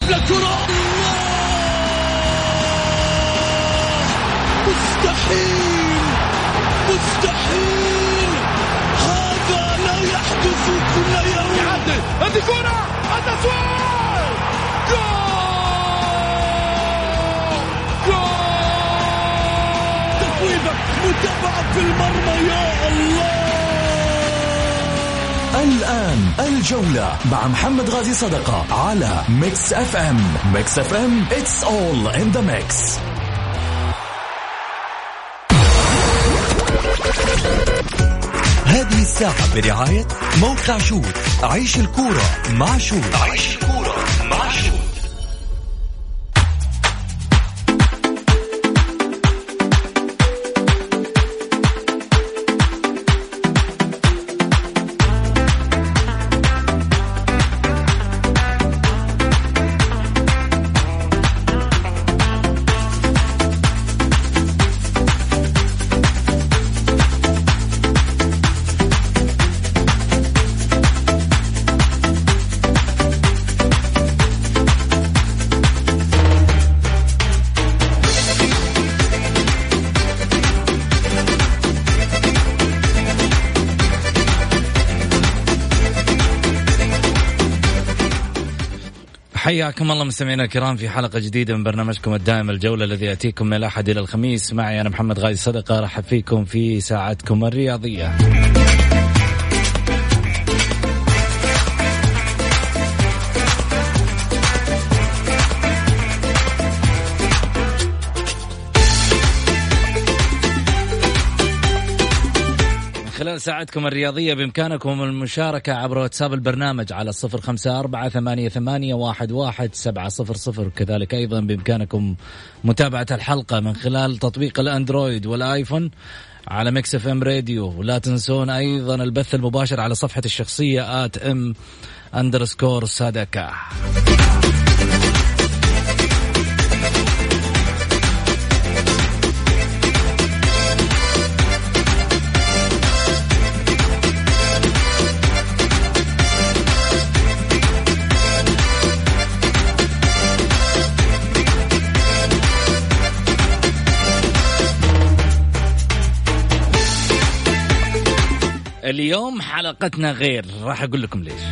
الكرة، مستحيل مستحيل، هذا لا يحدث كل يوم. هذه كرة التسويق، جول، تسويبة متابعة في المرمى، يا الله. الآن الجولة مع محمد غازي صدقة على ميكس اف ام. ميكس اف ام it's all in the mix. هذه الساعة برعاية موقع شوت. عيش الكورة مع شوت. عيش الكورة مع شوت. حياكم الله مستمعينا الكرام في حلقة جديدة من برنامجكم الدائم الجولة، الذي يأتيكم من الأحد إلى الخميس. معي أنا محمد غازي صدقة، رحب فيكم في ساعتكم الرياضية. خلال ساعتكم الرياضية بإمكانكم المشاركة عبر واتساب البرنامج على 0548811700، وكذلك أيضا بإمكانكم متابعة الحلقة من خلال تطبيق الأندرويد والآيفون على ميكس اف ام راديو. ولا تنسون أيضا البث المباشر على صفحة الشخصية @m_صدقة. اليوم حلقتنا غير، راح أقول لكم ليش.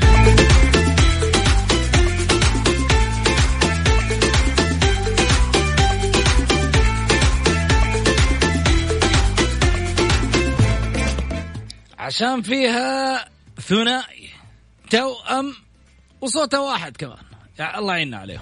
عشان فيها ثنائي توأم وصوته واحد كمان، يا الله يعيننا عليهم.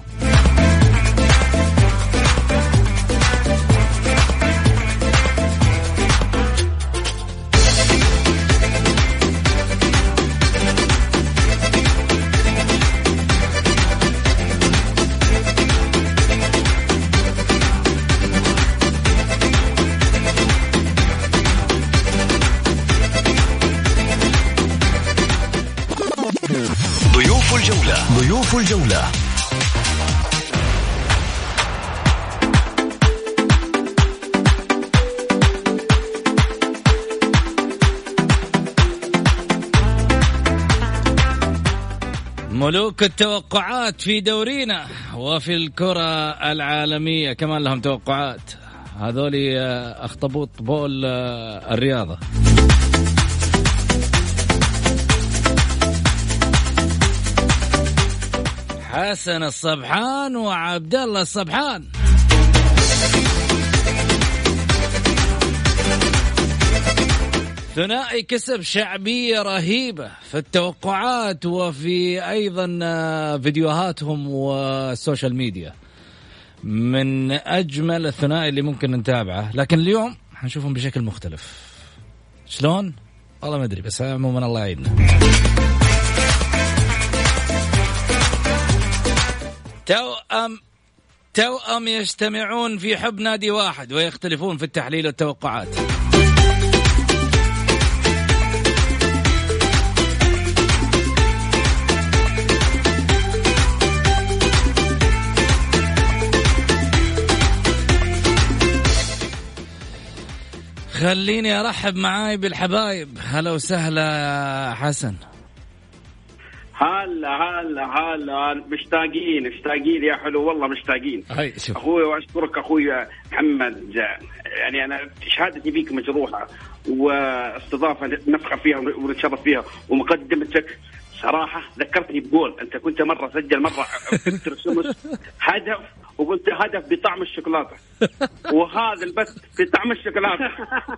ضيوف الجولة. ملوك التوقعات في دورينا وفي الكرة العالمية كمان لهم توقعات، هذولي أخطبوط بول الرياضة. حسن الصبحان وعبد الله الصبحان. ثنائي كسب شعبية رهيبة في التوقعات وفي أيضا فيديوهاتهم والسوشيال ميديا، من أجمل الثنائي اللي ممكن نتابعه. لكن اليوم هنشوفهم بشكل مختلف. شلون؟ والله ما أدري، بس عموما الله يعيننا. توأم يجتمعون في حب نادي واحد ويختلفون في التحليل والتوقعات. خليني أرحب معاي بالحبايب. هلا وسهلا حسن. هلا مشتاقين يا حلو والله مشتاقين. أخوي وأشكرك أخوي محمد، يعني أنا شهادتي بيك مجروحة، واستضافة نفخر فيها ونتشرف فيها، ومقدمتك صراحة ذكرتني بقول أنت كنت مرة سجل مرة فكر سمس هدف، وقلت هدف بطعم الشوكولاتة، وهذا البث بطعم الشوكولاتة.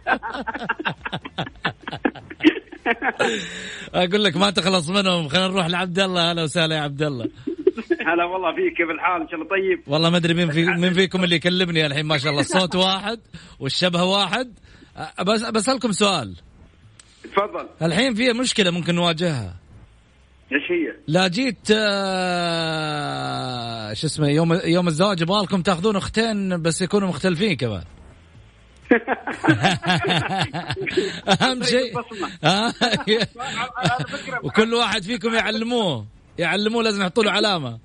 أقول لك ما تخلص منهم. خلينا نروح لعبد الله. هلا وسهلا يا عبد الله. هلا والله فيك، كيف الحال؟ إن شاء الله طيب. والله ما أدري مين فيكم اللي يكلمني الحين. ما شاء الله الصوت واحد والشبه واحد. بسألكم سؤال. تفضل. الحين في مشكلة ممكن نواجهها. ايش هي؟ لا جيت شو اسمه يوم الزواج يبغالكم تاخذون اختين بس يكونوا مختلفين كمان. أهم شيء وكل واحد فيكم يعلموه لازم يحطوا له علامة.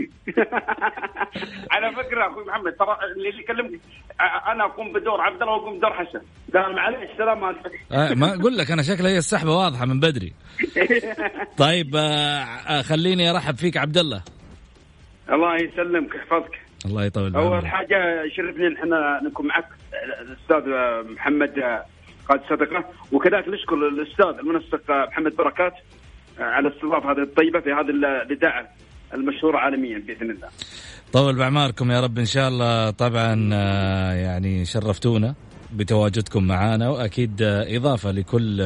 على فكرة أخوي محمد، ترى اللي يكلمك أنا أقوم بدور عبد الله وأقوم بدور حسن. ده معلش سلام. ما أقول لك أنا شكلها هي السحبة واضحة من بدري. طيب خليني أرحب فيك عبد الله. الله يسلمك يحفظك. الله يطول بعمرك. أول حاجة يشرفني إن إحنا نكون معك الأستاذ محمد قائد صدقة، وكذلك نشكر الأستاذ المنسق محمد بركات على استضافة هذه الطيبة في هذا الإذاعة المشهورة عالميا بإذن الله. طول بعماركم يا رب إن شاء الله. طبعا يعني شرفتونا بتواجدكم معنا، وأكيد إضافة لكل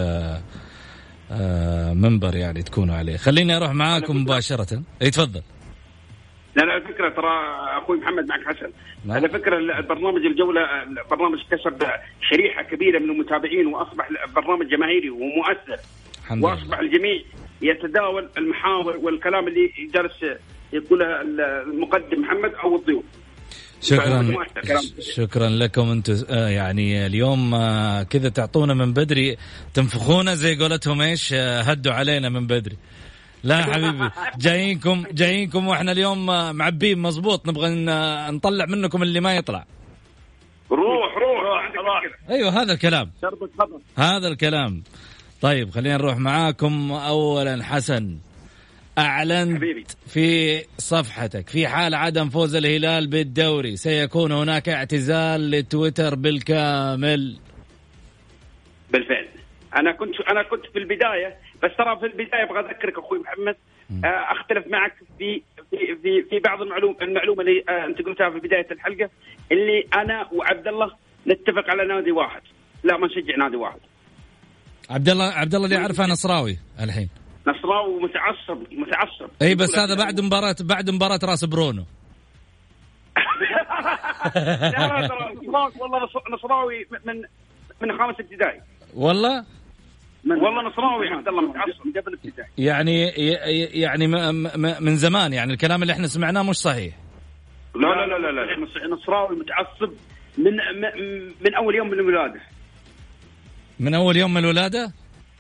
منبر يعني تكونوا عليه. خليني أروح معاكم مباشرة. تفضل. لا على فكرة ترى أخوي محمد معك حسن. على فكرة البرنامج الجولة برنامج كسب شريحة كبيرة من المتابعين، وأصبح برنامج جماهيري ومؤثر، وأصبح الجميع يتداول المحاور والكلام اللي جالس يقوله المقدم محمد أو الضيوف. شكرا لكم انتم. يعني اليوم كذا تعطونا من بدري، تنفخونا زي قولتهم ايش، هدوا علينا من بدري. لا حبيبي جايينكم واحنا اليوم معبين مزبوط، نبغى نطلع منكم اللي ما يطلع. روح ايوه هذا الكلام. طيب خلينا نروح معاكم. اولا حسن، اعلنت في صفحتك في حال عدم فوز الهلال بالدوري سيكون هناك اعتزال لتويتر بالكامل. بالفعل انا كنت في البدايه، بس ترى في البدايه ابغى اذكرك اخوي محمد، اختلف معك في بعض المعلومه اللي انت قلتها في بدايه الحلقه، اللي انا وعبد الله نتفق على نادي واحد، لا ما نشجع نادي واحد. عبد الله اللي عارفه نصراوي الحين، نصراوي متعصب. اي بس هذا بعد مباراة راس برونو. لا والله نصراوي من خامس ابتدائي. والله نصراوي عبد الله متعصب من قبل ابتدائي. يعني من زمان، يعني الكلام اللي احنا سمعناه مش صحيح. لا نصراوي متعصب من اول يوم من الولاده. من اول يوم من الولاده.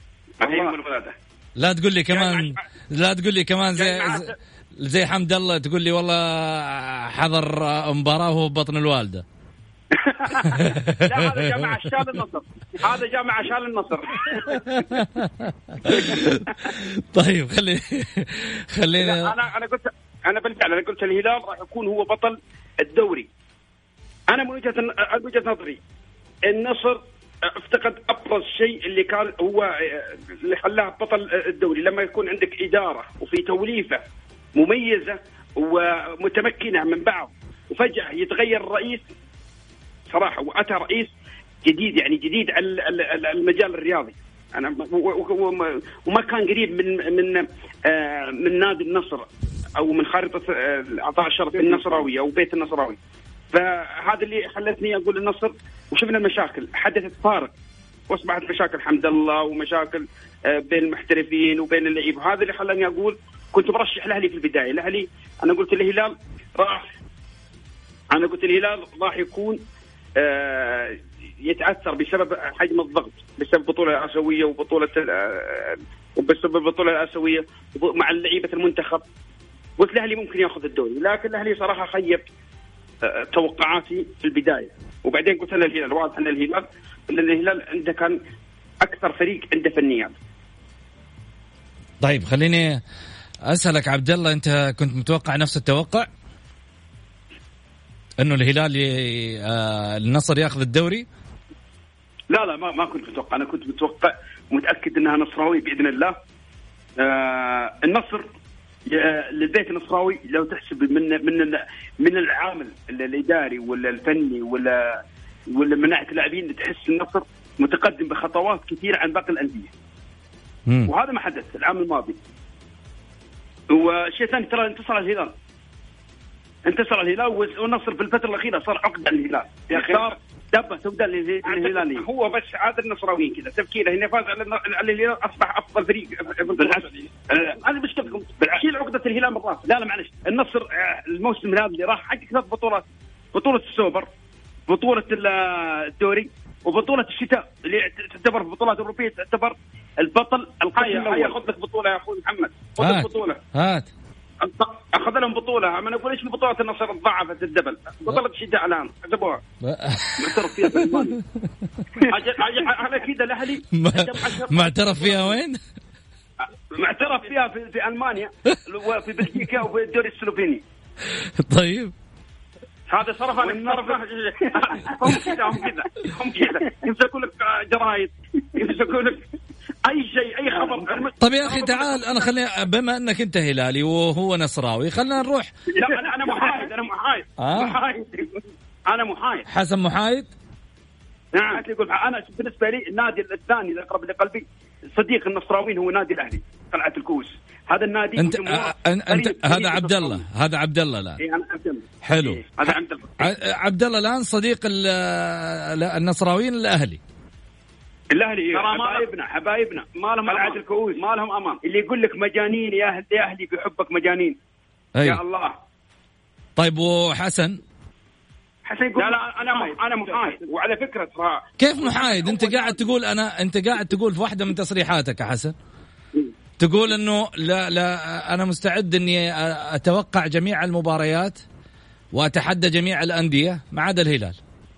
لا تقول لي كمان زي حمد الله تقول لي والله حضر مباراة وهو ببطن الوالدة. لا هذا جامعة شال النصر. طيب خلينا أنا بالفعل قلت الهلال راح يكون هو بطل الدوري. أنا من وجهة نظري النصر افتقد أبرز شيء اللي كان هو اللي خلاه بطل الدوري، لما يكون عندك إدارة وفي توليفة مميزة ومتمكنة من بعض، وفجأة يتغير الرئيس صراحة، وأتى رئيس جديد، يعني جديد على المجال الرياضي. أنا وما كان قريب من نادي النصر أو من خارطة أعطاء الشرف النصراوي أو بيت النصراوي. فهذا اللي خلتني أقول النصر، وشفنا المشاكل حدثت فارق، واصبحت مشاكل حمد الله ومشاكل بين المحترفين وبين اللعيبه. هذا اللي خلاني اقول كنت برشح الاهلي في البدايه. الاهلي انا قلت الهلال راح يكون يتاثر بسبب حجم الضغط، بسبب البطوله الاسيويه وبسبب البطوله الاسيويه مع لعيبه المنتخب. قلت الاهلي ممكن ياخذ الدوري، لكن الاهلي صراحه خيب توقعاتي في البدايه. وبعدين قلت انا الهلال، واضح ان الهلال عنده كان اكثر فريق عنده فنيات. طيب خليني أسألك عبد الله، أنت كنت متوقع نفس التوقع إنه الهلال النصر يأخذ الدوري؟ لا ما كنت متوقع. أنا كنت متوقع متأكد أنها نصراوي بإذن الله. النصر للبيت النصراوي لو تحسب من العامل الإداري ولا الفني ولا من ناحية اللاعبين، تحس النصر متقدم بخطوات كثيرة عن باقي الأندية. وهذا ما حدث العام الماضي. وشيء ثاني، ترى انتصر الهلال والنصر في الفترة الأخيرة صار عقدة الهلال يا أخي، صار دبة تبدأ للهلالي. هو بس عاد النصراويين كذا تفكيره، هنا فاز على الهلال أصبح أفضل فريق. بالعكس أنا بشتكيكم شيل عقدة الهلال مرات. لا معلش، النصر الموسم هذا اللي راح حقق 3 بطولات، بطولة السوبر، بطولة الدوري، وبطولة الشتاء اللي تعتبر بطولات أوروبية، تعتبر البطل القادم. ياخذ لك بطولة يا أخوي محمد، خذ بطولة. أخذ لهم بطولة. أنا أقول إيش بطولة النصر ضعفت الدبل، بطولة الشتاء الآن حسبوها معترف فيها في ألمانيا. على كذا الأهلي معترف فيها وين؟ معترف فيها في ألمانيا وفي بلجيكا وفي الدوري السلوفيني. طيب هذا صرف هم كذا يمسكون لك جرايد، يمسكون لك أي شيء، أي خبر. طيب يا أخي تعال، أنا خليني بما أنك أنت هلالي وهو نصراوي، خلينا نروح. لا أنا محايد. أنا محايد. حسن محايد. نعم. يقول أنا بالنسبة لي النادي الثاني الأقرب لقلبي صديق النصراويين هو نادي الأهلي قلعة الكوس. هذا النادي أنت هذا عبد الله. هذا عبد الله الآن. حلو. هذا عبد الله الآن صديق النصراويين الأهلي. حبايبنا ما لهم قلعة الكؤوس، ما لهم أمان. اللي يقول لك مجانين يا أهلي بحبك مجانين. يا الله. طيب وحسن يقول لا أنا محايد. وعلى فكرة كيف محايد؟ أنت قاعد تقول في واحدة من تصريحاتك يا حسن، تقول إنه لا أنا مستعد إني أتوقع جميع المباريات وأتحدى جميع الأندية ما عدا الهلال.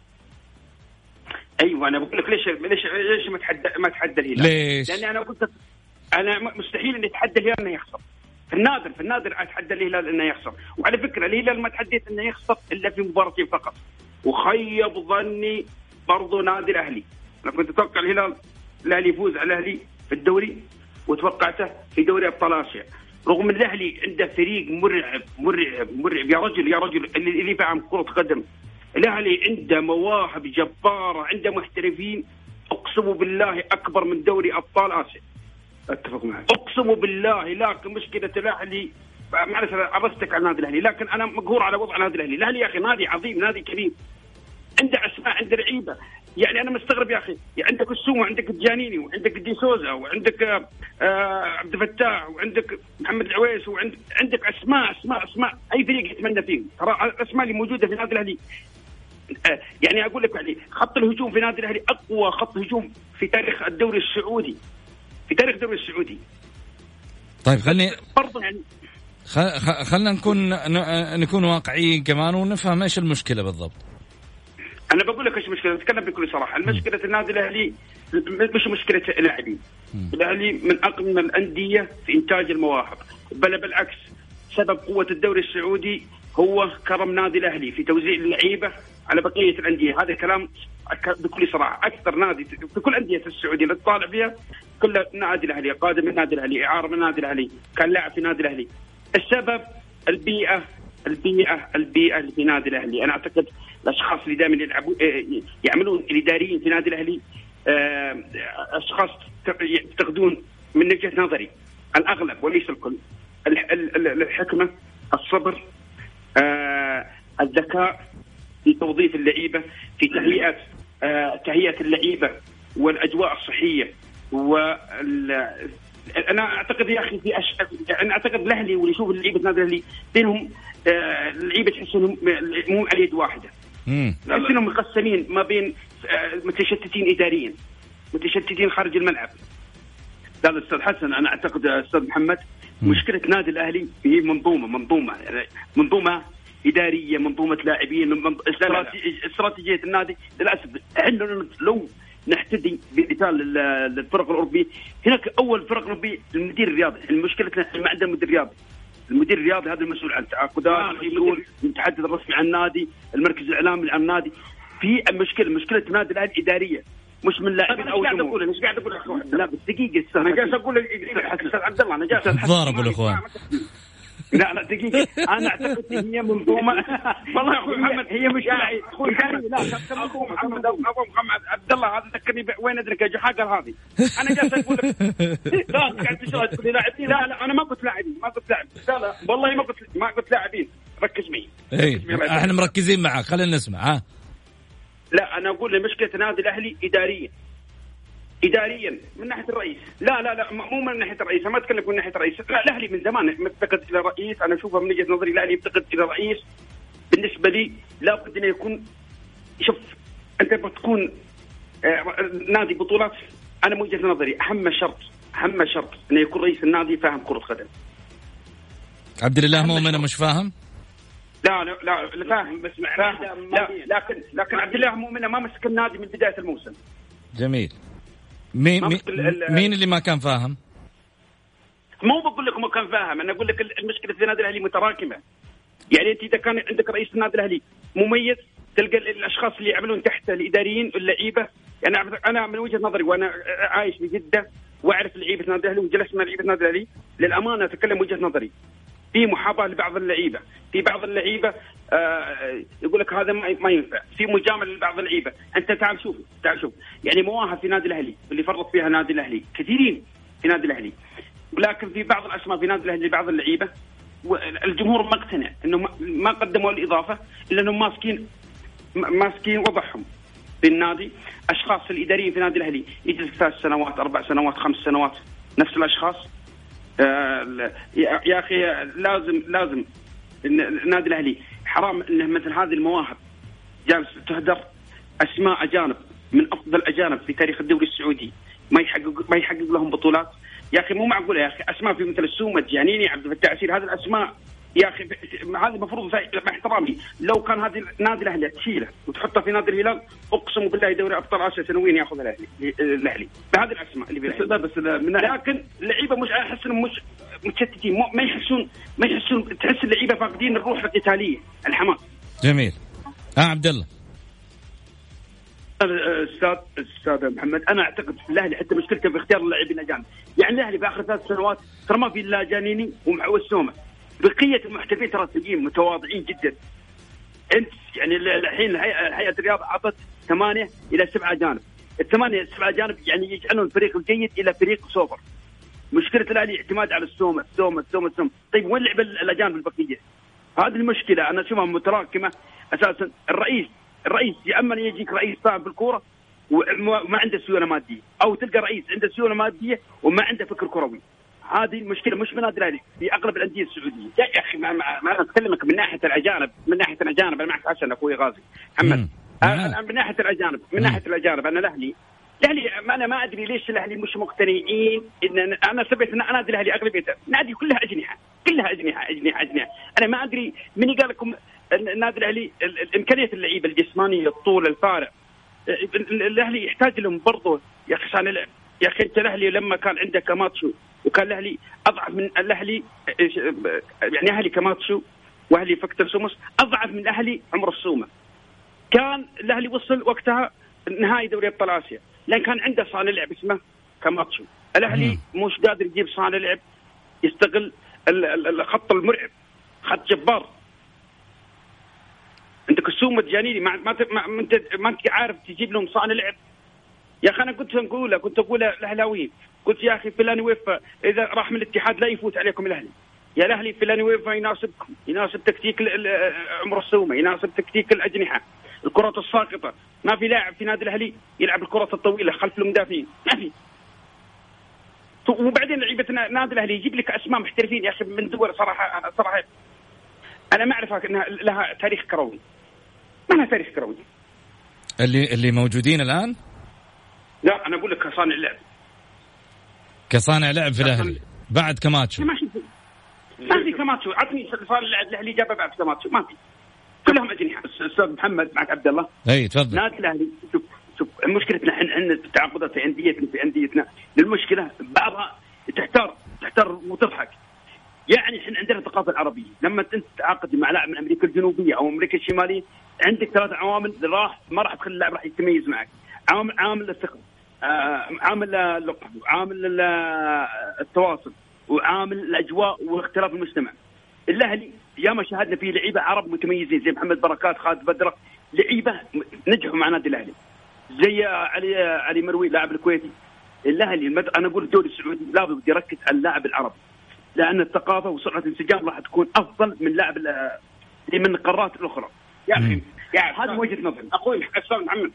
ايوه انا بقول لك ليش ما تحدى الهلال؟ ليش؟ لاني انا قلت انا مستحيل اني اتحدى الهلال انه يخسر. في النادر اتحدى الهلال انه يخسر. وعلى فكره الهلال ما تحديت انه يخسر الا في مباراتين فقط، وخيب ظني برضو نادي الاهلي. انا كنت اتوقع الاهلي يفوز على الاهلي في الدوري، وتوقعته في دوري ابطال اسيا، رغم ان الاهلي عنده فريق مرعب يا رجل اللي فاهم كرة قدم. الأهلي عنده مواهب جبارة، عنده محترفين أقسم بالله أكبر من دوري أبطال آسيا. أتفق معك أقسم بالله. لكن مشكلة الأهلي معلش عرفتك على نادي الأهلي، لكن أنا مقهور على وضع نادي الأهلي. الأهلي يا أخي نادي عظيم، نادي كبير، عنده أسماء، عنده لعيبة. يعني أنا مستغرب يا أخي، يعني عندك السوم وعندك الجانيني وعندك ديسوزا وعندك عبد الفتاح وعندك محمد العويس وعندك أسماء أي فريق يتمنى فيه. ترى الأسماء اللي موجودة في نادي الأهلي، يعني أقول لك يعني خط الهجوم في نادي الأهلي أقوى خط هجوم في تاريخ الدوري السعودي، طيب خلني برضه يعني خلنا نكون واقعيين كمان ونفهم ايش المشكلة بالضبط. أنا بقول لك ايش المشكلة، نتكلم بكل صراحة. المشكلة النادي الأهلي مش مشكلة اللاعبين. الأهلي من أقوى الأندية في إنتاج المواهب، بل بالعكس سبب قوة الدوري السعودي هو كرم نادي الأهلي في توزيع اللعيبة على بقية الأندية. هذا كلام بكل صراحة. أكثر نادي في كل أندية السعودية اللي تطالع فيها كل نادي الأهلي، قادم من نادي الأهلي، إعارة من نادي الأهلي، كان لاعب في نادي الأهلي. السبب البيئة اللي في نادي الأهلي. أنا أعتقد الأشخاص اللي دائما يعملون الإداريين في نادي الأهلي أشخاص يعتقدون من وجهة نظري الأغلب وليس الكل الحكمة، الصبر، الذكاء في توظيف اللعيبة، في تهيئة اللعيبة والأجواء الصحية. أنا أعتقد يا أخي أنا أعتقد الأهلي واللي يشوف اللعيبة نادي الأهلي بينهم اللعيبة تحسهم مو على يد واحدة، تحسهم مقسمين ما بين متشتتين إداريا، متشتتين خارج الملعب. لا أستاذ حسن، أنا أعتقد أستاذ محمد مشكلة نادي الأهلي هي منظومة إدارية، منظومة لاعبين، استراتيجية النادي. للأسف إحنا نحتدي بمثال للفرق الأوروبية. هناك أول فرق أوروبية المدير الرياضي، المشكلة ما عندنا مدير رياضي. المدير الرياضي هذا المسؤول عن التعاقدات، المسؤول المتحدث الرسمي عن النادي، المركز الإعلامي عن النادي. في مشكلة النادي الآن إدارية، مش من لاعبين أو جمهور. مش قاعد أقول لا بالدقيقة، أنا جالس أقول أستاذ عبد الله، أنا جالس ضارب الأخوان. لا دقيقة، أنا أعتقد هي منظومة. والله يا أخوي محمد هي مش أخوي لا أبو محمد عبد الله هذا ذكرني وين أدرك يا جحاقر هذه. أنا جالس أقول لا قاعد تقول لاعبين، لا أنا ما قلت لاعبين، لا والله ما قلت لاعبين. ركز معي. إحنا مركزين معك، خلينا نسمع. لا أنا أقول مشكلة النادي الأهلي إداريا من ناحية الرئيس. لا مو من ناحية الرئيس، أنا ما أتكلم من ناحية الرئيس. لا الأهلي من زمان مفتقد إلى رئيس. أنا أشوفها من وجهة نظري الأهلي يفتقد إلى رئيس. بالنسبة لي لا بد أن يكون، شوف أنت بتكون نادي بطولات. أنا من وجهة نظري أهم شرط أن يكون رئيس النادي فاهم كرة قدم. عبد الله مؤمن مش فاهم؟ لا فاهم بس فاهم. لكن عبد الله مؤمن ما مسك النادي من بداية الموسم. جميل. مين اللي ما كان فاهم؟ مو بقول لك ما كان فاهم، أنا أقول لك المشكلة في النادي الأهلي متراكمة. يعني أنت إذا كان عندك رئيس النادي الأهلي مميز، تلقى الأشخاص اللي يعملون تحته الإداريين واللعيبة. يعني أنا من وجهة نظري وأنا عايش في جدة وأعرف لعيبة النادي الأهلي وجلست مع لعيبة النادي الأهلي، للأمانة أتكلم وجهة نظري. في محاباة لبعض اللعيبة، في بعض اللعيبة يقول لك هذا ما ينفع، في مجاملة لبعض اللعيبة. أنت تعال شوف يعني مواهب في نادي الأهلي اللي فرط فيها نادي الأهلي كثيرين في نادي الأهلي، ولكن في بعض الأسماء في نادي الأهلي بعض اللعيبة والجمهور ما اقتنع إنه ما قدموا الإضافة إلا إنهم ماسكين وضعهم في النادي. أشخاص الإداريين في نادي الأهلي يجلس 3 سنوات 4 سنوات 5 سنوات نفس الأشخاص. يا أخي لازم النادي الأهلي حرام إنه مثل هذه المواهب جالس تهدر أسماء أجانب من أفضل الأجانب في تاريخ الدوري السعودي ما يحقق لهم بطولات. يا أخي مو معقولة يا أخي أسماء في مثل السومة جانيني عبد الفتاح عسير، هذه الأسماء يا أخي هذه المفروض مع احترامي لو كان هذه نادي الأهلي تشيله وتحطه في نادي الهلال أقسم بالله دوري أبطال آسيا سنويا يأخذ الأهلي بهذه الأسماء اللي بس لكن اللعيبة مش أحس إنهم مش متشتتين، ما يحسون تحس اللعيبة فاقدين الروح القتالية الحماس. جميل. عبد الله. أستاذ محمد أنا أعتقد الأهلي حتى مشكلته في اختيار اللاعبين الأجانب. يعني الأهلي في آخر 3 سنوات ترى ما في إلا جانيني والسومة، بقية المحترفين ترى تجيهم متواضعين جدا. أنت يعني الحين هيئة الرياضة عطت 8 إلى 7 أجانب، ال8 7 أجانب يعني يجعلون الفريق الجيد إلى فريق سوبر. مشكلة الأهلي اعتماد على السومة. طيب وين لعب الأجانب البقية؟ هذه المشكلة أنا أشوفها متراكمة. أساسا الرئيس يا أما يجيك رئيس فاهم بالكورة وما عنده سيولة مادية، أو تلقى رئيس عنده سيولة مادية وما عنده فكر كروي. هذه المشكلة مش من نادي الأهلي، في أغلب الأندية السعودية. يا أخي ما أنا أتكلمك من ناحية الأجانب، أنا معك حسن أخوي غازي محمد. أنا من ناحية الأجانب أنا الأهلي أنا ما أدري ليش الأهلي مش مقتنعين إن أنا سبيت أن نادي الأهلي أغلبيته نادي كلها أجنحة. أنا ما أدري من قال لكم النادي الأهلي إمكانية اللعيبة الجسمانية الطول الفارق الأهلي يحتاج لهم برضه يا أخي صار يا أخي أنت الأهلي لما كان عندك كاماتشو وكان الأهلي أضعف من الأهلي، يعني أهلي كاماتشو وأهلي فكتر سومس أضعف من الأهلي عمر السومة. كان الأهلي وصل وقتها نهائي دوري أبطال آسيا لأن كان عنده صانع لعب اسمه كاماتشو. الأهلي مش قادر يجيب صانع لعب يستغل الخط المرعب، خط جبار. عندك السومة جانيني ما انت عارف تجيب لهم صانع لعب. يا أخي أنا كنت أقول الأهلاويين قلت يا أخي فلان ويفا إذا راح من الاتحاد لا يفوت عليكم الأهلي. يا الأهلي فلان ويفا يناسبكم، يناسب تكتيك عمر السومة، يناسب تكتيك الأجنحة، الكرة الساقطة. ما في لاعب في نادي الأهلي يلعب الكرة الطويلة خلف المدافعين، ما في. وبعدين لعيبة نادي الأهلي يجيب لك أسماء محترفين يا أخي من دول صراحة أنا ما أعرف أنها لها تاريخ كروي. ما لها تاريخ كروي. اللي موجودين الآن؟ لا أنا أقول لك كصانع لعب في الأهلي بعد كاماتشو. ما في كاماتشو. عطني صانع لعب الأهلي جابه بعد كاماتشو، ما في. كلهم أجنحة. أستاذ محمد معك عبد الله. أي تفضل. نادي الأهلي شوف مشكلتنا احنا التعاقدات في انديتنا المشكله بعضها تحتار وتضحك. يعني احنا عندنا الثقافه العربيه، لما انت تتعاقد مع لاعب من امريكا الجنوبيه او امريكا الشماليه عندك 3 عوامل ما راح تخلي اللاعب راح يتميز معك. عامل الثقه، عامل اللغه، وعامل التواصل، وعامل الاجواء واختلاف المجتمع. الاهلي ياما شاهدنا فيه لعيبه عرب متميزين زي محمد بركات، خالد بدره، لعيبه نجحوا مع نادي الاهلي، زي علي مروي لاعب الكويتي. الاهلي انا اقول الدوري السعودي لابد يركز على اللاعب العربي، لان الثقافه وسرعه الانسجام راح تكون افضل من لاعب من القارات الاخرى. يا اخي يعني هذه وجهه نظري. اخوي استاذ محمد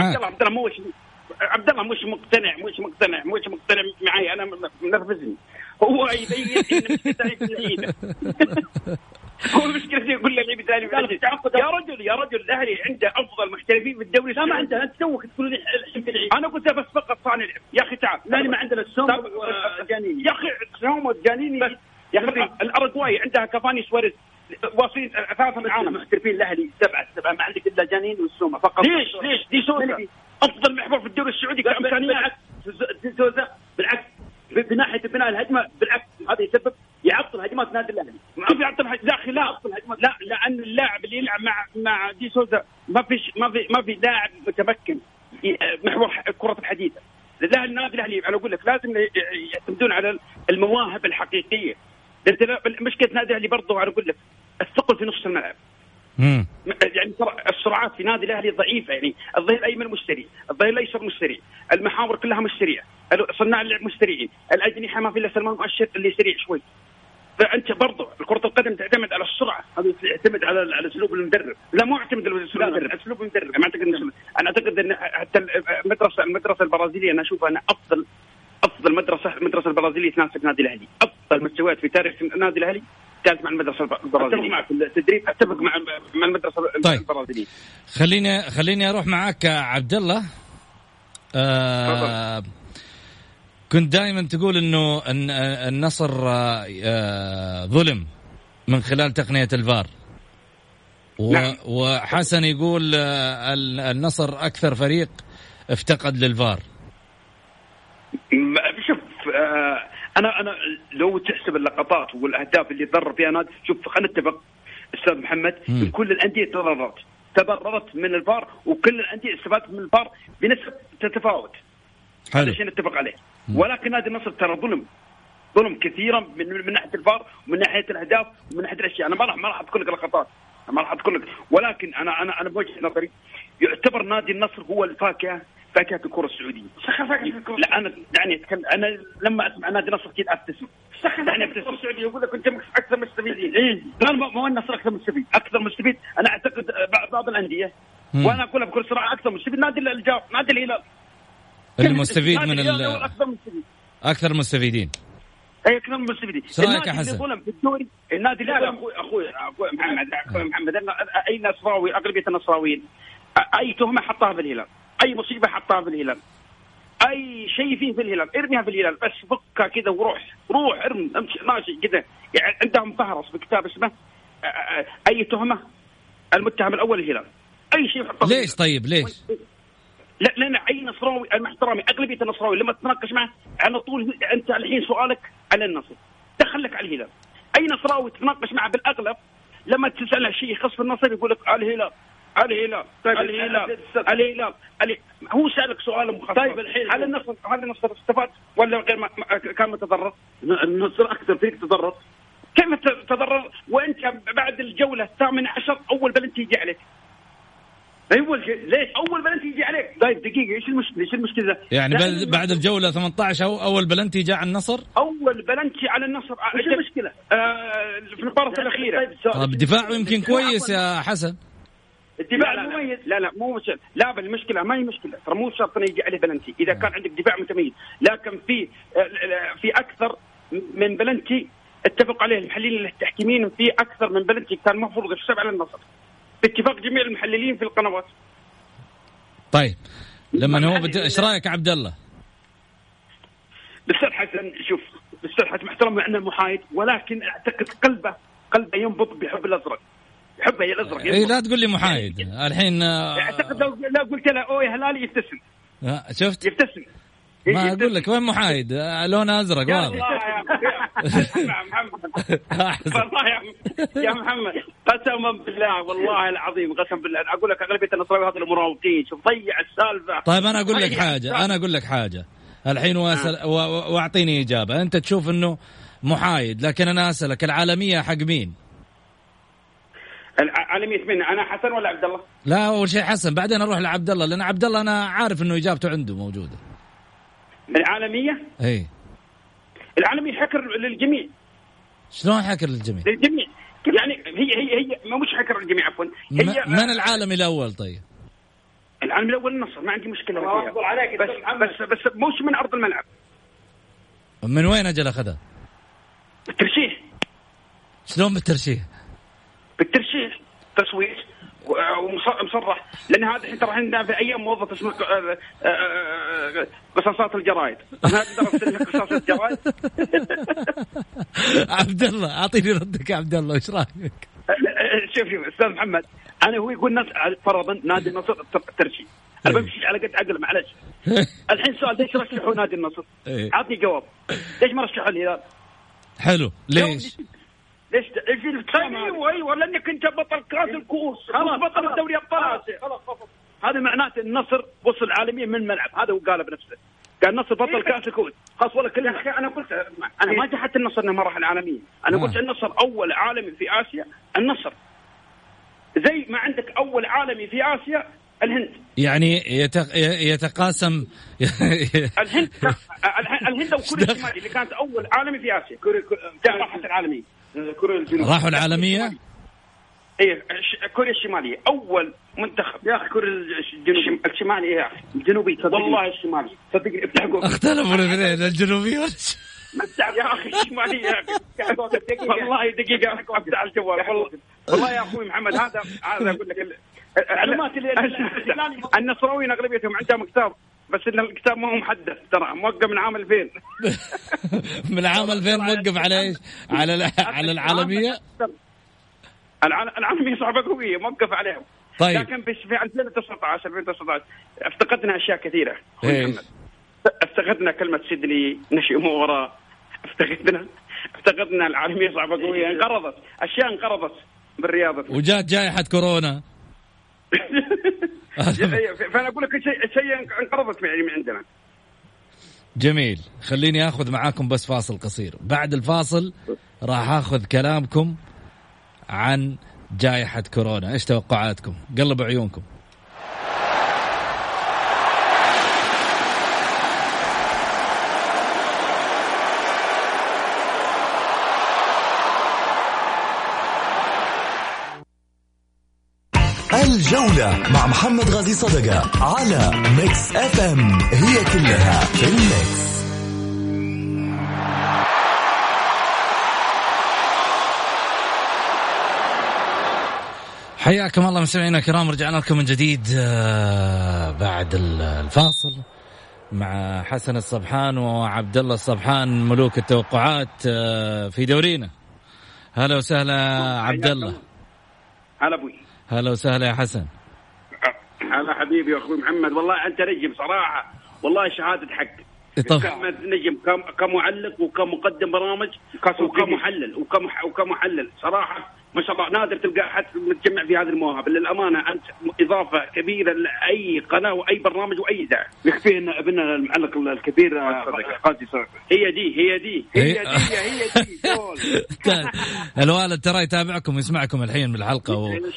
عبد الله مش مقتنع معي، انا منرفزني. هو يبين ان مشكلته اللعيبه. هو مشكلته يقول لي لعيبه ثاني يا رجل الاهلي عنده افضل محترفين في الدوري. لا ما عندنا، انت توك تقول لي انا قلت بس فقط صانع لعب. يا اخي تعال، لا ما عندنا السوم والجانيني. يا اخي السوم والجانيني يا اخي الأرجواي عندها كافاني سواريز واصلين 3 من العالم محترفين. الاهلي 7 ما عندك الا جانين والسومه فقط. ليش دي سوزا افضل محور في الدوري السعودي كامكانيات. سوزا بالعكس بناحيه بناء الهجمه، بالعكس هذا يسبب يعطل هجمات نادي الاهلي. كيف يعطل داخل؟ لا يعطل هجمات، لا لان اللاعب اللي يلعب مع دي سوزا ما في لاعب متمكن محور كره الحديثه. لله النادي الاهلي انا اقول لك لازم يعتمدون على المواهب الحقيقيه. مشكله نادي الاهلي برضه انا اقول لك الثقل في نص الملعب. يعني السرعات في نادي الاهلي ضعيفه. يعني الظهير الايمن مش سريع، الظهير الايسر مش سريع، المحاور كلها مش سريعه، صناع اللعب مش سريعين، الاجنحه ما في الا سلمان مؤشر اللي سريع شوي. فانت برضه كره القدم تعتمد على السرعه، هذا يعتمد على اسلوب المدرب. لا مو يعتمد على اسلوب المدرب. انا اعتقد ان حتى المدرسه البرازيليه انا اشوفها انا افضل المدرسه البرازيليه تناسب نادي الاهلي. افضل مستويات في تاريخ النادي الاهلي كانت مع المدرسه البرازيليه. اتفق معك في التدريب، اتفق مع المدرسه البرازيليه. خليني اروح معك عبد الله. كنت دائما تقول انه النصر ظلم من خلال تقنيه الفار. نعم. وحسن يقول النصر اكثر فريق افتقد للفار. شوف انا لو تحسب اللقطات والاهداف اللي ضر فيها نادي، شوف خلينا نتفق استاذ محمد، كل الانديه تضررت من الفار، وكل الانديه استفادت من الفار بنسبه تتفاوت. هذا شيء نتفق عليه. ولكن نادي النصر ترى ظلم كثيرا من ناحيه الفار ومن ناحيه الاهداف ومن ناحيه الاشياء. انا ما راح اذكر لك لقطات، ولكن انا بوجهه نظري يعتبر نادي النصر هو فاكهه الكره السعوديه. لا انا لما اسمع نادي النصر كذا ابتسم. يعني الكره السعوديه يقول لك انت اكثر مستفيدين. لا ما هو النصر اكثر مستفيد. انا اعتقد بعض الانديه وانا اقولها بكل صراحه اكثر مستفيد نادي الهلال المستفيد من اكثر مستفيدين. اي اكثر مستفيدين. النادي اللي ظلم في الدوري النادي لا اخوي محمد اي نصراوي اغلبيه النصراويين اي تهمه حطها في الهلال، اي مصيبه حطها في الهلال، اي شيء فيه في الهلال ارميها في الهلال، بس فكها كذا وروح ارمي امشي ماشي كذا. يعني عندهم فهرس في كتاب اسمه اي تهمه المتهم الاول الهلال، اي شيء حطه. ليش طيب ليش؟ لا لان اي نصراوي المحترمي اغلبيه النصراوي لما تتناقش معه على طول انت الحين سؤالك على النصر دخلك على الهلال. اي نصراوي تتناقش معه بالاغلب لما تساله شيء يخص في النصر يقول لك الهلال. هو سألك سؤال مخصص. طيب الحين هل النصر استفاد ولا غير كان متضرر؟ النصر أكثر فيك تضرر. كيف تضرر وأنت بعد الجولة 18 أول بلنتي يجي عليك؟ ليش أول بلنتي يجي عليك؟ طيب دقيقة إيش المشكلة؟ يعني بعد الجولة 18 أول بلنتي جاء على النصر؟ أول بلنتي على النصر. إيش المشكلة؟ في المباراة الأخيرة. طب دفاعه يمكن كويس يا حسن. الدفاع مميز. لا مو مشكلة. لا بالمشكلة ما هي مشكلة، ترى مو شرط يجي عليه بلنتي إذا كان عندك دفاع متميز، لكن في أكثر من بلنتي اتفق عليه المحللين التحكيميين، في أكثر من بلنتي كان مفروض يحسب على النصر باتفاق جميع المحللين في القنوات. طيب لما هو إيش رأيك عبد الله؟ بالسر حسن شوف بالسر حسن محترم لأنه محايد، ولكن أعتقد قلبه ينبض بحب الأزرق. يحبه الازرق. اي لا تقول لي محايد الحين. اعتقد لو قلت له اوه يا هلالي يبتسم. شفت يبتسم. ما أقول لك وين محايد لون أزرق يا واضح. الله يا محمد والله يا محمد قسما بالله والله العظيم قسم بالله أقول لك أغلبية النصراوي هذول المراوغين شوف ضيع السالفة. طيب أنا أقول لك حاجة الحين واعطيني إجابة. أنت تشوف إنه محايد، لكن أنا أسألك العالمية حق مين؟ العالمية مين؟ أنا حسن ولا عبد الله؟ لا أول شيء حسن، بعدين أروح لعبد الله، لأن عبد الله أنا عارف إنه إجابته عنده موجودة. العالمية؟ إيه العالمية حكر للجميع. شلون حكر للجميع؟ للجميع يعني هي مش حكر للجميع عفوا. هي من العالمي الأول؟ طيب العالمي الأول النصر، ما عندي مشكلة فيها. بس مش من أرض الملعب. من وين أجل أخذها؟ بالترشيح. شلون بالترشيح؟ بالترشيح تصويت ومصرح، لأن هذا الحين ترى عندنا في أيام موظف اسمه قصاصات الجرائد. أنا درست لك قصاص الجرائد. عبد الله أعطيني ردك يا عبد الله، إيش رأيك؟ شوف أستاذ محمد، أنا هو يقول ناس فرضا نادي النصر ترشيح، أنا بمشي على قد عقل معلش. الحين سؤال ليش رشحوا نادي النصر؟ أعطني جواب. ليش ما رشحوا الهلال؟ حلو ليش؟ ليش ايوه لانك انت بطل كاس الكؤوس، خلاص بطل الدوري ابطال اسيا، هذا معناته النصر وصل عالميا من الملعب. هذا هو قاله بنفسه، قال النصر بطل كاس الكؤوس خلاص. ولا كل انا قلت انا ما جحدت النصر انه ما راح العالميه، انا قلت النصر اول عالمي في اسيا. النصر زي ما عندك اول عالمي في اسيا الهند، يعني يتقاسم الهند وكوريا الشمالية اللي كانت اول عالمي في اسيا. راحت العالميه، كوريا الجنوبية راحوا العالمية. ايه كوريا الشمالية اول منتخب يا اخي. كوريا الشمالية يا اخي الجنوبي والله الشمالي صدقني افتحوا اختلفوا الاثنين الجنوبي يا اخي الشمالية يا اخي والله دقيقة افتح الجوال والله يا اخوي محمد. هذا اقول لك المعلومات اللي النصراويين اغلبيتهم عندهم كتاب، بس ان الكتاب ما هو محدث ترى، موقف من عام 2000. من عام 2000 موقف على ايش؟ على العالمية. العالمية صعبة قوية موقف عليهم. طيب لكن في 2019 افتقدنا اشياء كثيرة. افتقدنا كلمة سيدني نشئ مورا، افتقدنا العالمية صعبة قوية، انقرضت اشياء، انقرضت بالرياضة، وجات جائحة كورونا. فأنا أقول لك شيء انقرضت يعني من عندنا. جميل، خليني أخذ معاكم بس فاصل قصير. بعد الفاصل راح أخذ كلامكم عن جائحة كورونا. إيش توقعاتكم؟ قلبوا عيونكم. الجولة مع محمد غازي صدقة على ميكس اف ام، هي كلها في الميكس. حياكم الله مستمعينا الكرام، رجعنا لكم من جديد بعد الفاصل مع حسن الصبحان وعبد الله الصبحان، ملوك التوقعات في دورينا. هلا وسهلا عبد الله. هلا ابوي. هلا وسهلا يا حسن. هلا حبيبي يا اخوي محمد، والله انت نجم صراحه، والله شهاده حق. نجم كمعلق وكمقدم برامج وكمحلل صراحه ما شاء الله. نادر تلقى حد متجمع في هذه المواهب. للامانه انت اضافه كبيره لاي قناه واي برنامج واي اذاعه. يكفينا ابننا المعلق الكبير قاسي صقر. هي دي الوالد ترى يتابعكم ويسمعكم الحين بالحلقه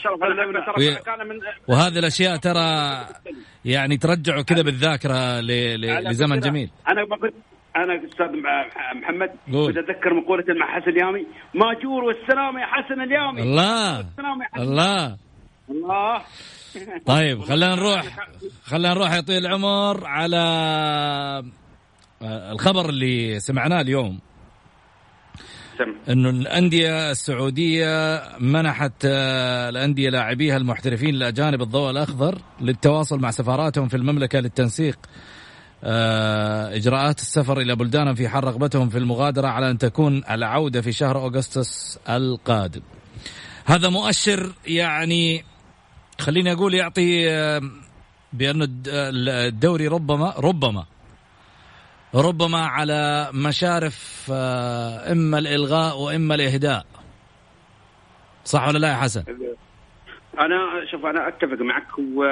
وهذه الاشياء ترى يعني ترجعوا كذا بالذاكره لزمن جميل. أنا أستاذ محمد كنت أتذكر مقولة مع حسن اليامي: ماجور والسلام يا حسن اليامي. الله. طيب خلينا نروح يا طويل العمر على الخبر اللي سمعناه اليوم، إنه الأندية السعودية منحت الأندية لاعبيها المحترفين الأجانب الضوء الأخضر للتواصل مع سفاراتهم في المملكة للتنسيق إجراءات السفر إلى بلدانهم في حال رغبتهم في المغادرة على أن تكون العودة في شهر أغسطس القادم. هذا مؤشر يعني خليني أقول يعطي بأن الدوري ربما على مشارف إما الإلغاء وإما الإهداء، صح ولا لا يا حسن؟ أنا أتفق معك،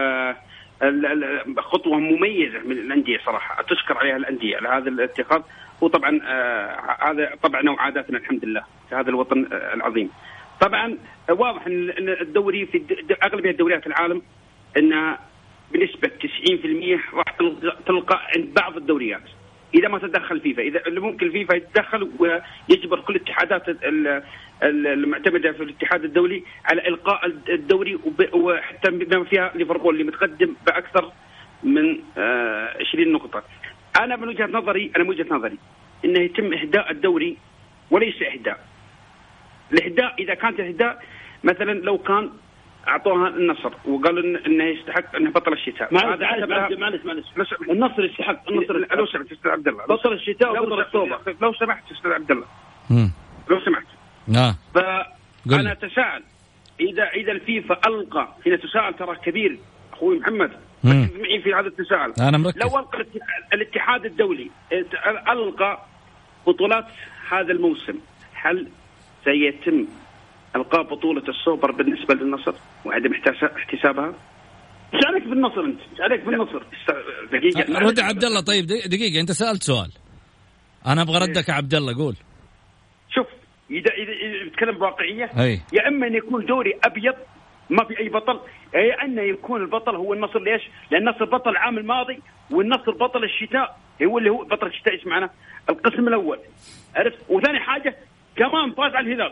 خطوة مميزة من الأندية صراحة تشكر عليها الأندية على هذا الاتخاذ. وطبعا هذا طبعا وعاداتنا الحمد لله في هذا الوطن العظيم. طبعا واضح أن الدوري في أغلبية الدوريات العالم أنها بنسبة 90% راح تلقى عند بعض الدوريات إذا ما تدخل فيفا، إذا اللي ممكن الفيفا يتدخل ويجبر كل الاتحادات المعتمدة في الاتحاد الدولي على إلقاء الدوري، وحتى بما فيها ليفربول اللي متقدم بأكثر من 20 نقطة. أنا من وجهة نظري إنه يتم إهداء الدوري وليس إهداء. الإهداء إذا كانت إهداء مثلا لو كان أعطوها النصر وقالوا إنه يستحق إنه بطل الشتاء. معلش النصر يستحق. لو سمحت أستاذ عبد الله، بطل الشتاء وبطل الصوبة. لو سمحت أستاذ عبد الله، لو سمحت. فأنا أتساءل إذا الفيفا ألقى، هنا تساؤل ترى كبير أخوي محمد، ركز معي في هذا التساؤل. لو ألقى الاتحاد الدولي ألقى بطولات هذا الموسم، هل سيتم ألقاء بطولة السوبر بالنسبة للنصر وعدم احتسابها؟ ايش عليك بالنصر انت؟ ايش عليك بالنصر؟ دقيقة رد عبد الله. طيب دقيقة، انت سألت سؤال انا ابغى ردك يا عبد الله. قول. شوف اذا بتكلم بواقعية، يا اما ان يكون دوري ابيض ما في اي بطل، يا ان يكون البطل هو النصر. ليش؟ لان النصر بطل العام الماضي والنصر بطل الشتاء، اللي هو بطل الشتاء ايش معناه؟ القسم الاول، عرفت؟ وثاني حاجة كمان فاز على الهلال.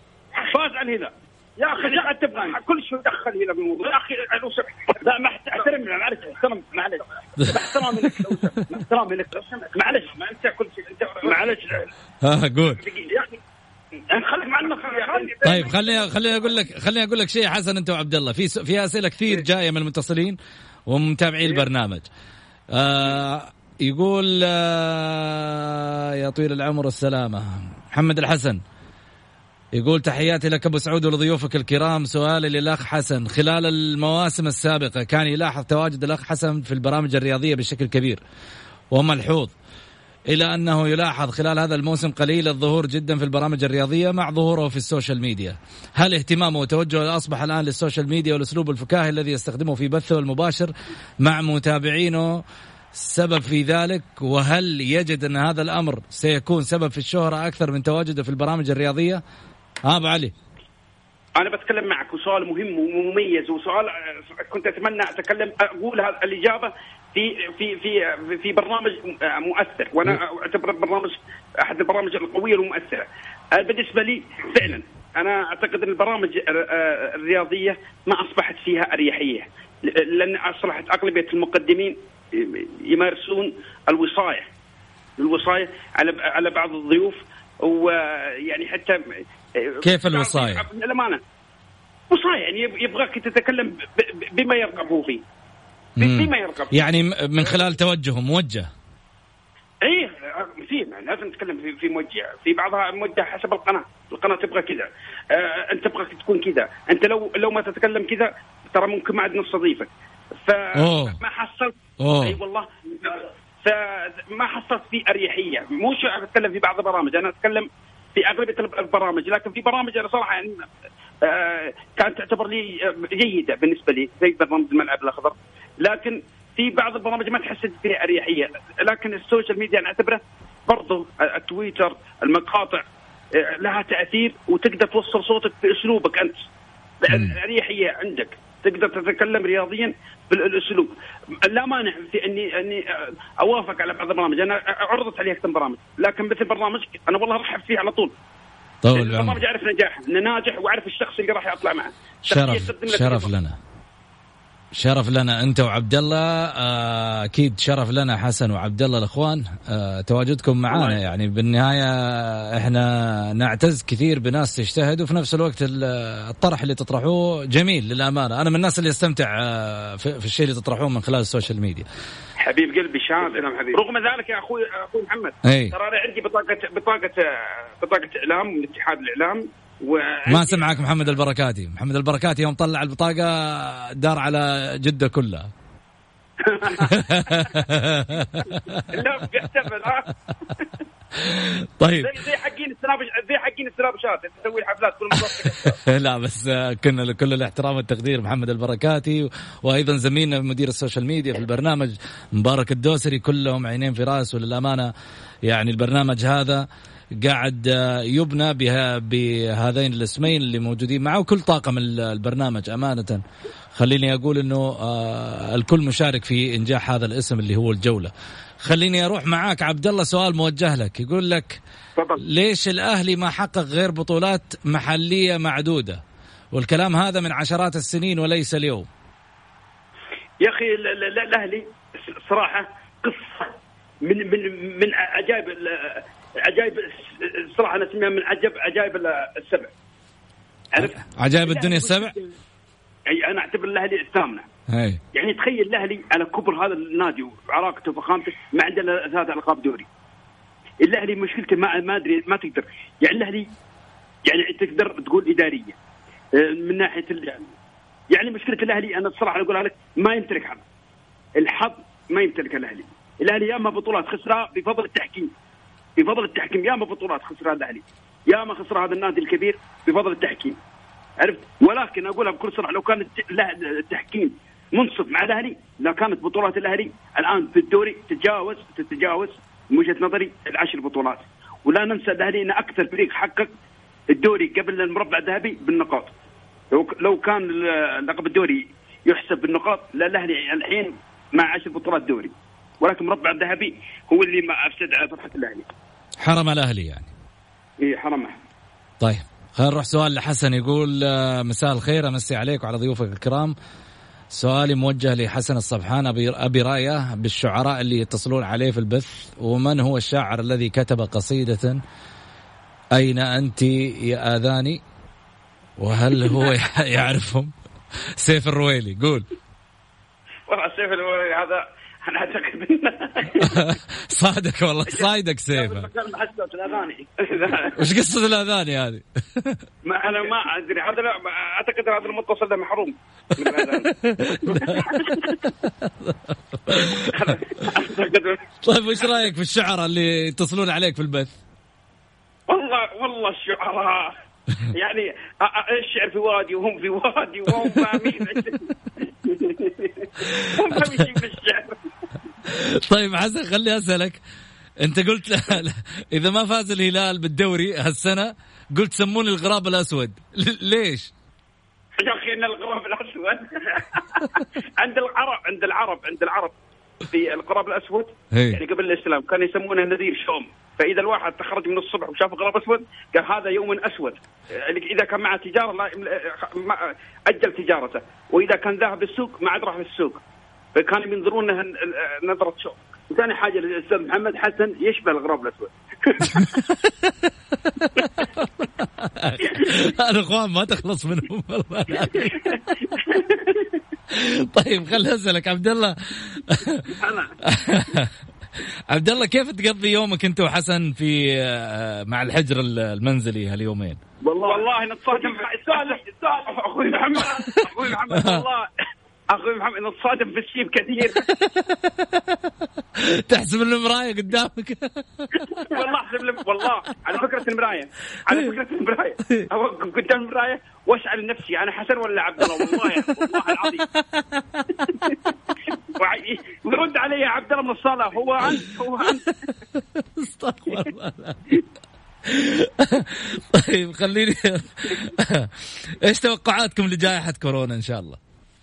يا اخي لا تبغى كل شيء دخل هنا بالموضوع يا اخي. لو سمحت لا ما احترم، معلش احترام لك معلش ما انت كل شيء انت معلش. قول يا اخي خليك مع النصر يا اخي. طيب خليني اقول لك شيء حسن. انت وعبد الله في اسئله كثير جايه من المتصلين ومتابعين البرنامج. يقول يا طويل العمر والسلامه محمد الحسن، يقول تحياتي لك أبو سعود ولضيوفك الكرام. سؤالي للأخ حسن، خلال المواسم السابقة كان يلاحظ تواجد الأخ حسن في البرامج الرياضية بشكل كبير وملحوظ، إلى أنه يلاحظ خلال هذا الموسم قليل الظهور جدا في البرامج الرياضية مع ظهوره في السوشيال ميديا. هل اهتمامه وتوجهه أصبح الآن للسوشيال ميديا والأسلوب الفكاهي الذي يستخدمه في بثه المباشر مع متابعينه سبب في ذلك؟ وهل يجد أن هذا الأمر سيكون سبب في الشهرة أكثر من تواجده في البرامج الرياضية؟ أبو علي، أنا بتكلم معك وسؤال مهم ومميز، وسؤال كنت أتمنى أتكلم أقول هذه الإجابة في برنامج مؤثر، وأنا أعتبر برنامج أحد البرامج القوية والمؤثرة. بالنسبة لي فعلا أنا أعتقد أن البرامج الرياضية ما أصبحت فيها أريحية، لأن أصبحت أغلبية المقدمين يمارسون الوصاية على بعض الضيوف، ويعني حتى كيف الوصاية؟ للأمانة وصاية يعني يبغاك تتكلم بما يرغب هو فيه، بما يرغب، يعني من خلال توجه موجه. ايه في لازم نتكلم في موجه، في بعضها موجه حسب القناة تبغى كذا، انت تبغى تكون كذا، انت لو ما تتكلم كذا ترى ممكن ما عاد نستضيفك، فما حصلت. اي والله فما حصلت في أريحية. مو شو أتكلم في بعض البرامج، أنا أتكلم في أغلبية البرامج، لكن في برامج أنا صراحة يعني كانت تعتبر لي جيدة بالنسبة لي زي برنامج الملعب الأخضر، لكن في بعض البرامج ما تحسد فيها أريحية. لكن السوشيال ميديا أنا أعتبره برضو التويتر، المقاطع لها تأثير، وتقدر توصل صوتك بأسلوبك أنت، الأريحية عندك تقدر تتكلم رياضيا بالأسلوب. لا مانع في أني أوافق على بعض البرامج، أنا عرضت عليه أكثر برامج، لكن مثل برنامج أنا والله رحب فيه على طول. البرنامج أعرف نجاحه إنه ناجح، وأعرف الشخص اللي راح يطلع معه. شرف لنا أنت وعبد الله، أكيد شرف لنا حسن وعبد الله الأخوان تواجدكم معنا. يعني بالنهاية إحنا نعتز كثير بناس تجتهد، وفي نفس الوقت الطرح اللي تطرحوه جميل للأمانة. أنا من الناس اللي استمتع في الشيء اللي تطرحوه من خلال السوشيال ميديا. حبيب قلبي شاطر حبيب. رغم ذلك يا أخوي محمد، ترى أنا عندي بطاقة إعلام من اتحاد الإعلام. ما سمعك محمد البركاتي يوم طلع البطاقة دار على جدة كلها. لا بيحتفل. طيب زي حقين السنابشات تسوي حفلات كل مرة. لا بس كنا لكل الاحترام والتقدير محمد البركاتي، وايضا زميلنا مدير السوشيال ميديا في البرنامج مبارك الدوسري، كلهم عينين في راس. وللامانه يعني البرنامج هذا قاعد يبنى بهذين الاسمين اللي موجودين معه، وكل طاقم البرنامج امانه. خليني اقول انه الكل مشارك في انجاح هذا الاسم اللي هو الجولة. خليني اروح معاك عبد الله، سؤال موجه لك، يقول لك ليش الاهلي ما حقق غير بطولات محلية معدودة، والكلام هذا من عشرات السنين وليس اليوم؟ يا اخي الاهلي صراحة قصة من عجائب صراحة أنا أسميها من عجائب السبع. عجائب الدنيا السبع. أي أنا أعتبر الأهلي الثامنة. يعني تخيل الأهلي على كبر هذا النادي وعراقته وفخامته ما عندنا 3 ألقاب دوري. الأهلي مشكلته ما أدري ما تقدر، يعني الأهلي يعني تقدر تقول إدارية من ناحية يعني مشكلة الأهلي أنا الصراحة أقولها لك ما يمتلك حظ. الحظ ما يمتلك الأهلي ياما بطولات خسرها بفضل التحكيم، ياما بطولات خسرها الأهلي، ياما خسر هذا النادي الكبير بفضل التحكيم، عرفت؟ ولكن أقولها بكل صراحة لو كان التحكيم منصف مع الأهلي لا كانت بطولات الأهلي الآن في الدوري تتجاوز من وجهة نظري 10 بطولات. ولا ننسى الأهلي إن أكثر فريق حقق الدوري قبل المربع الذهبي بالنقاط. لو كان لقب الدوري يحسب بالنقاط لا الأهلي الحين مع 10 بطولات دوري، ولكن مربع الذهبي هو اللي ما أفسد على فرحة الأهلي، حرم الأهلي يعني. إيه حرمه. طيب خلينا نروح سؤال لحسن، يقول مساء الخير، أمسي عليك وعلى ضيوفك الكرام. سؤالي موجه لحسن الصبحان، أبي رأيه بالشعراء اللي يتصلون عليه في البث، ومن هو الشاعر الذي كتب قصيدة أين أنت يا آذاني، وهل هو يعرفهم؟ سيف الرويلي. قول. والله سيف الرويلي هذا أنا أعتقد صادق والله، صايدك سيف. وش قصة الأذاني هذه؟ ما أنا ما أدري، هذا أعتقد هذا المتصل ده محروم. طيب وش رأيك في الشعراء اللي يتصلون عليك في البث؟ والله الشعراء يعني الشعر في وادي وهم في وادي وهم فاهمين هم فاهمين في الشعر. طيب حسن خلي أسألك، أنت قلت إذا ما فاز الهلال بالدوري هالسنة قلت سموني الغراب الأسود، ليش؟ يا أخي إن الغراب الأسود عند العرب في الغراب الأسود يعني قبل الإسلام كانوا يسمونه نذير شوم. فإذا الواحد تخرج من الصبح وشاف غراب أسود قال هذا يوم أسود. إذا كان معه تجارة لا أجل تجارته، وإذا كان ذهب للسوق ما عاد راح للسوق، فكانوا ينظرونه نظرة شوق. وثاني حاجة للأستاذ محمد حسن يشبه الغراب الأسود. الأخوان ما تخلص منهم والله. طيب خليني أسألك عبد الله، عبد الله كيف تقضي يومك أنت وحسن في مع الحجر المنزلي هاليومين؟ والله نتصادم السؤال أخوي محمد والله أخوي محمد نتصادم في الشيب كثير. تحسب المراية قدامك؟ والله أحسب والله على فكرة المراية أوقف قدام المراية وأسأل نفسي أنا حسن ولا عبد الله. والله العظيم ويرد علي عبد الله من الصلاة هو أنت. استغفر الله. طيب خليني إيش توقعاتكم لجائحة كورونا إن شاء الله؟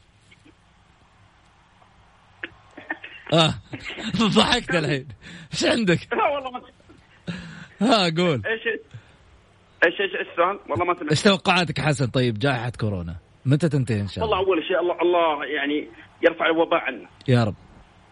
ضحكت الحين، ايش عندك؟ لا والله ما قول. ايش السؤال؟ والله ما سمعت. ايش توقعاتك حسن؟ طيب جائحة كورونا متى تنتهي ان شاء الله؟ والله اول شيء الله يعني يرفع الوباء عنا يا رب،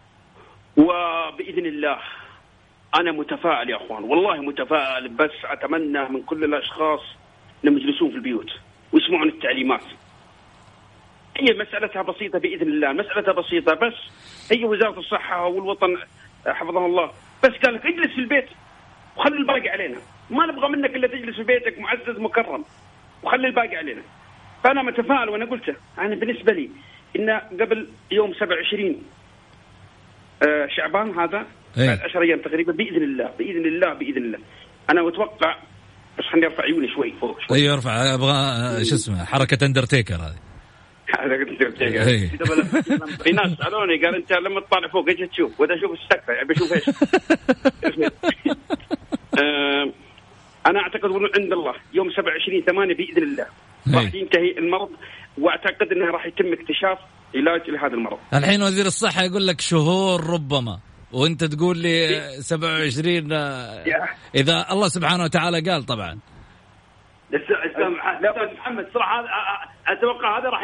وباذن الله انا متفائل يا اخوان، والله متفائل، بس اتمنى من كل الاشخاص انهم يجلسون في البيوت ويسمعون التعليمات. هي مسألتها بسيطة بإذن الله، مسألتها بسيطة، بس هي وزارة الصحة والوطن حفظها الله بس قال لك اجلس في البيت وخلي الباقي علينا، ما نبغى منك إلا تجلس في بيتك معزز مكرم وخلي الباقي علينا. فأنا متفائل، وأنا قلته أنا بالنسبة لي إن قبل يوم 27 شعبان هذا إيه. بعد 10 أيام تقريبا بإذن الله بإذن الله بإذن الله. أنا أتوقع بس خليني أرفع عيوني شوي فوق شوي. أيوة ارفع، أبغى شو اسمه حركة أندرتيكر هذه. في ناس سألوني قال أنت لما تطالع فوق إيش تشوف؟ وده أشوف السقف يعني بشوف إيش. أنا أعتقد عند الله يوم 27/8 بإذن الله راح ينتهي المرض، وأعتقد أنه راح يتم اكتشاف علاج لهذا المرض. الحين وزير الصحة يقول لك شهور ربما، وأنت تقول لي 27 إذا الله سبحانه وتعالى قال. طبعا لا محمد صراحة أتوقع هذا راح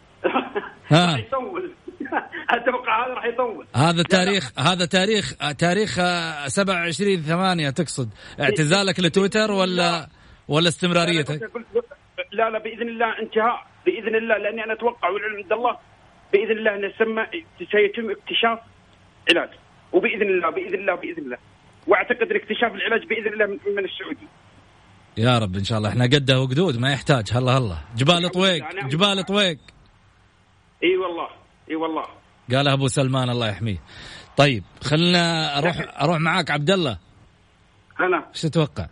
يطول. أتوقع هذا راح يطول. هذا تاريخ 27/8 تقصد اعتزالك لتويتر ولا استمراريتك؟ لا بإذن الله انتهاء بإذن الله، لأني أنا أتوقع والعلم عند الله بإذن الله أن سيتم اكتشاف علاج، وبإذن الله وأعتقد الاكتشاف العلاج بإذن الله من السعودية. يا رب إن شاء الله. إحنا قده وقدود ما يحتاج. هلا جبال طويق. اي والله قالها ابو سلمان الله يحميه. طيب خلنا اروح معاك عبد الله. هلا ايش تتوقع؟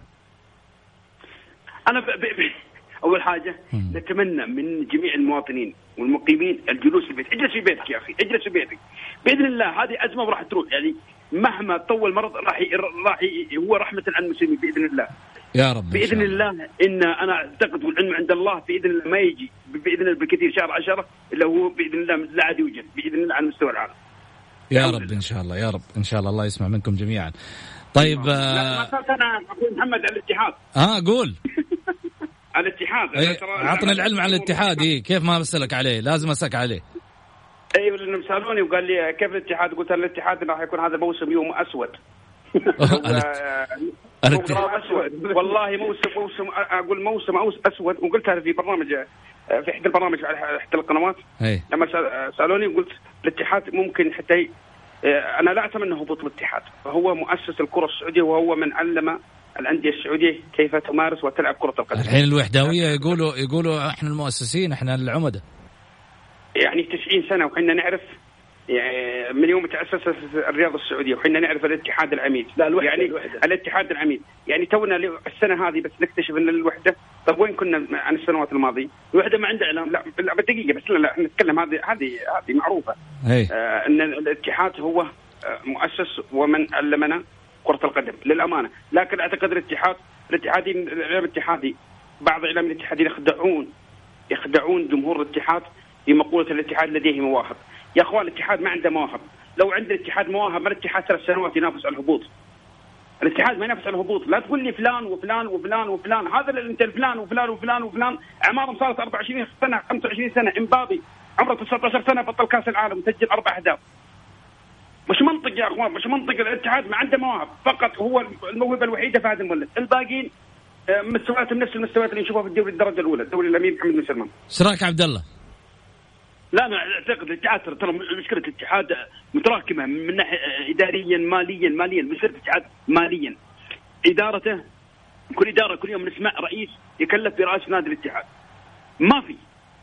انا اول حاجه نتمنى من جميع المواطنين والمقيمين الجلوس في البيت. اجلس في بيتك يا اخي، اجلس في بيتك باذن الله. هذه ازمه وراح تروح، يعني مهما طول مرض راح هو رحمه عن المسلمين باذن الله. يا رب باذن الله. ان انا اعتقد والعلم عند الله باذن الله ما يجي باذن الله بالكثير شهر 10 الا هو باذن الله لا عاد يوجد باذن الله على مستوى العالم. يا رب ان شاء الله. يا رب ان شاء الله. الله يسمع منكم جميعا. طيب انا اقول محمد على الاتحاد. قول. على الاتحاد. عطنا العلم على الاتحاد. كيف ما بسألك عليه؟ لازم اسالك عليه. ايوه لانهم سالوني وقال لي كيف الاتحاد، قلت الاتحاد راح يكون هذا موسم يوم اسود. والله موسم اقول موسم اسود، وقلت هذا في برنامج في احدى البرامج على احدى القنوات. لما سالوني قلت الاتحاد ممكن حتى انا لا اتمنى هبوط الاتحاد، فهو مؤسس الكره السعوديه وهو من علم الانديه السعوديه كيف تمارس وتلعب كره القدم. الحين الوحداويه يقولوا احنا المؤسسين، احنا العمده، يعني 90 سنه وحنا نعرف يعني من يوم تأسست الرياضة السعودية وحنا نعرف الاتحاد العميد. يعني الاتحاد العميد يعني تونا السنة هذه بس نكتشف ان الوحدة. طب وين كنا عن السنوات الماضية؟ الوحدة ما عندها اعلام. لا بدقيقة بس لا نتكلم هذه معروفة. ان الاتحاد هو مؤسس ومن علمنا كرة القدم للأمانة. لكن اعتقد الاعلام الاتحادي بعض اعلام الاتحاد يخدعون جمهور الاتحاد بمقولة الاتحاد لديه مواهب. يا اخوان الاتحاد ما عنده مواهب. لو عند الاتحاد مواهب ما الاتحاد 3 سنوات ينافس على الهبوط. الاتحاد ما ينافس على الهبوط. لا تقول لي فلان وفلان وفلان وفلان. هذا اللي انت فلان وفلان وفلان وفلان اعمارهم صارت 24 سنه 25 سنه. امبابي عمره 19 سنه بطل كاس العالم مسجل 4 أهداف. مش منطق يا اخوان، مش منطق. الاتحاد ما عنده مواهب، فقط هو الموهبه الوحيده فهد المولد. الباقيين مستوياتهم نفس المستويات اللي نشوفها في الدوري الدرجه الاولى، الدوري الامير محمد بن سلمان. ايش رايك عبد الله؟ لا أنا أعتقد الاتحاد ترى مشكلة الاتحاد متراكمة من ناحية إداريا ماليا مشكلة الاتحاد ماليا. إدارته كل يوم نسمع رئيس يكلف برئاسة نادي الاتحاد. ما في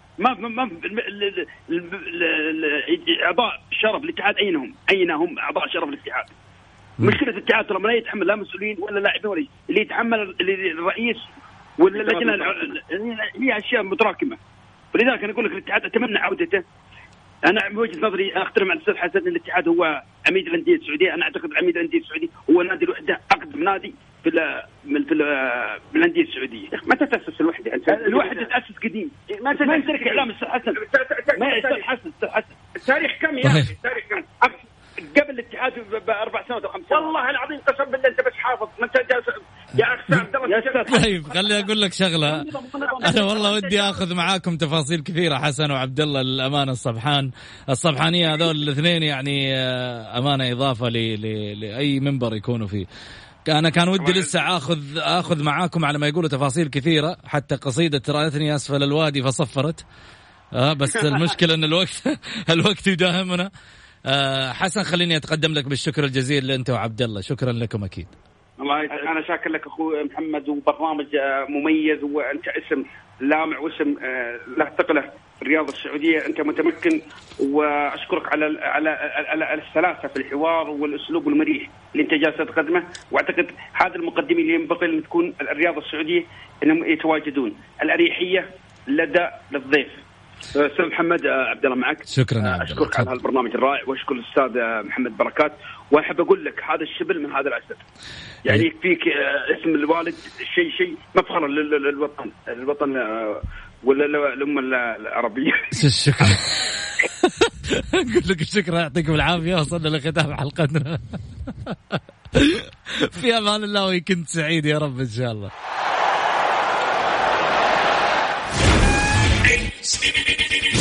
أعضاء شرف الاتحاد أين هم أعضاء شرف الاتحاد؟ مشكلة الاتحاد ترى ما يتحمل لا مسؤولين ولا لاعبين ولا اللي يتحمل الرئيس ولا اللجنة. هي أشياء متراكمة. ولذلك أنا أقول لك الاتحاد أتمنى عودته. أنا من وجهة نظري أختلف مع الأستاذ حسن أن الاتحاد هو عميد الأندية السعودية. أنا أعتقد عميد الأندية السعودية هو نادي الوحدة، أقدم نادي في الأندية السعودية. متى تأسس الوحدة؟ الوحدة تأسس قديم. ما يمتلك إعلام الأستاذ حسن. ما أستاذ حسن. التاريخ كم يا أخي؟ التاريخ كم؟ قبل الاتحاد ب4 سنوات أو 5 سنوات. والله العظيم قسم بالله أنت بس حافظ. ما أنت جالس يا أخي عبد الله. طيب خليني أقول لك شغلة. أنا والله ودي أخذ معاكم تفاصيل كثيرة حسن وعبد الله. للأمانة الصبحانية هذول الاثنين يعني أمانة إضافة لأي منبر يكونوا فيه. أنا كان ودي لسه أخذ معاكم على ما يقولوا تفاصيل كثيرة، حتى قصيدة رأتني أسفل الوادي فصفرت. بس المشكلة أن الوقت يداهمنا. حسن خليني أتقدم لك بالشكر الجزيل لأنت وعبد الله. شكرا لكم أكيد. الله أنا شاكر لك أخوي محمد، وبرنامج مميز، وأنت اسم لامع واسم له ثقله الرياضة السعودية أنت متمكن، وأشكرك على السلاسة في الحوار والأسلوب المريح اللي أنت جالس تقدمه. وأعتقد هذا المقدمين اللي ينبغي أن تكون الرياضة السعودية أنهم يتواجدون، الأريحية لدى الضيف. أستاذ محمد عبد الله معك. شكرا. أشكرك على هذا البرنامج الرائع، وأشكر الأستاذ محمد بركات. وأحب أقول لك هذا الشبل من هذا الأسد، يعني فيك اسم الوالد شيء مفخر للوطن ولا الأمة العربية. شكرا. أقول لك شكرا، يعطيكم العافية. وصلنا لختام حلقتنا. في أمان الله وكنت سعيد يا رب إن شاء الله.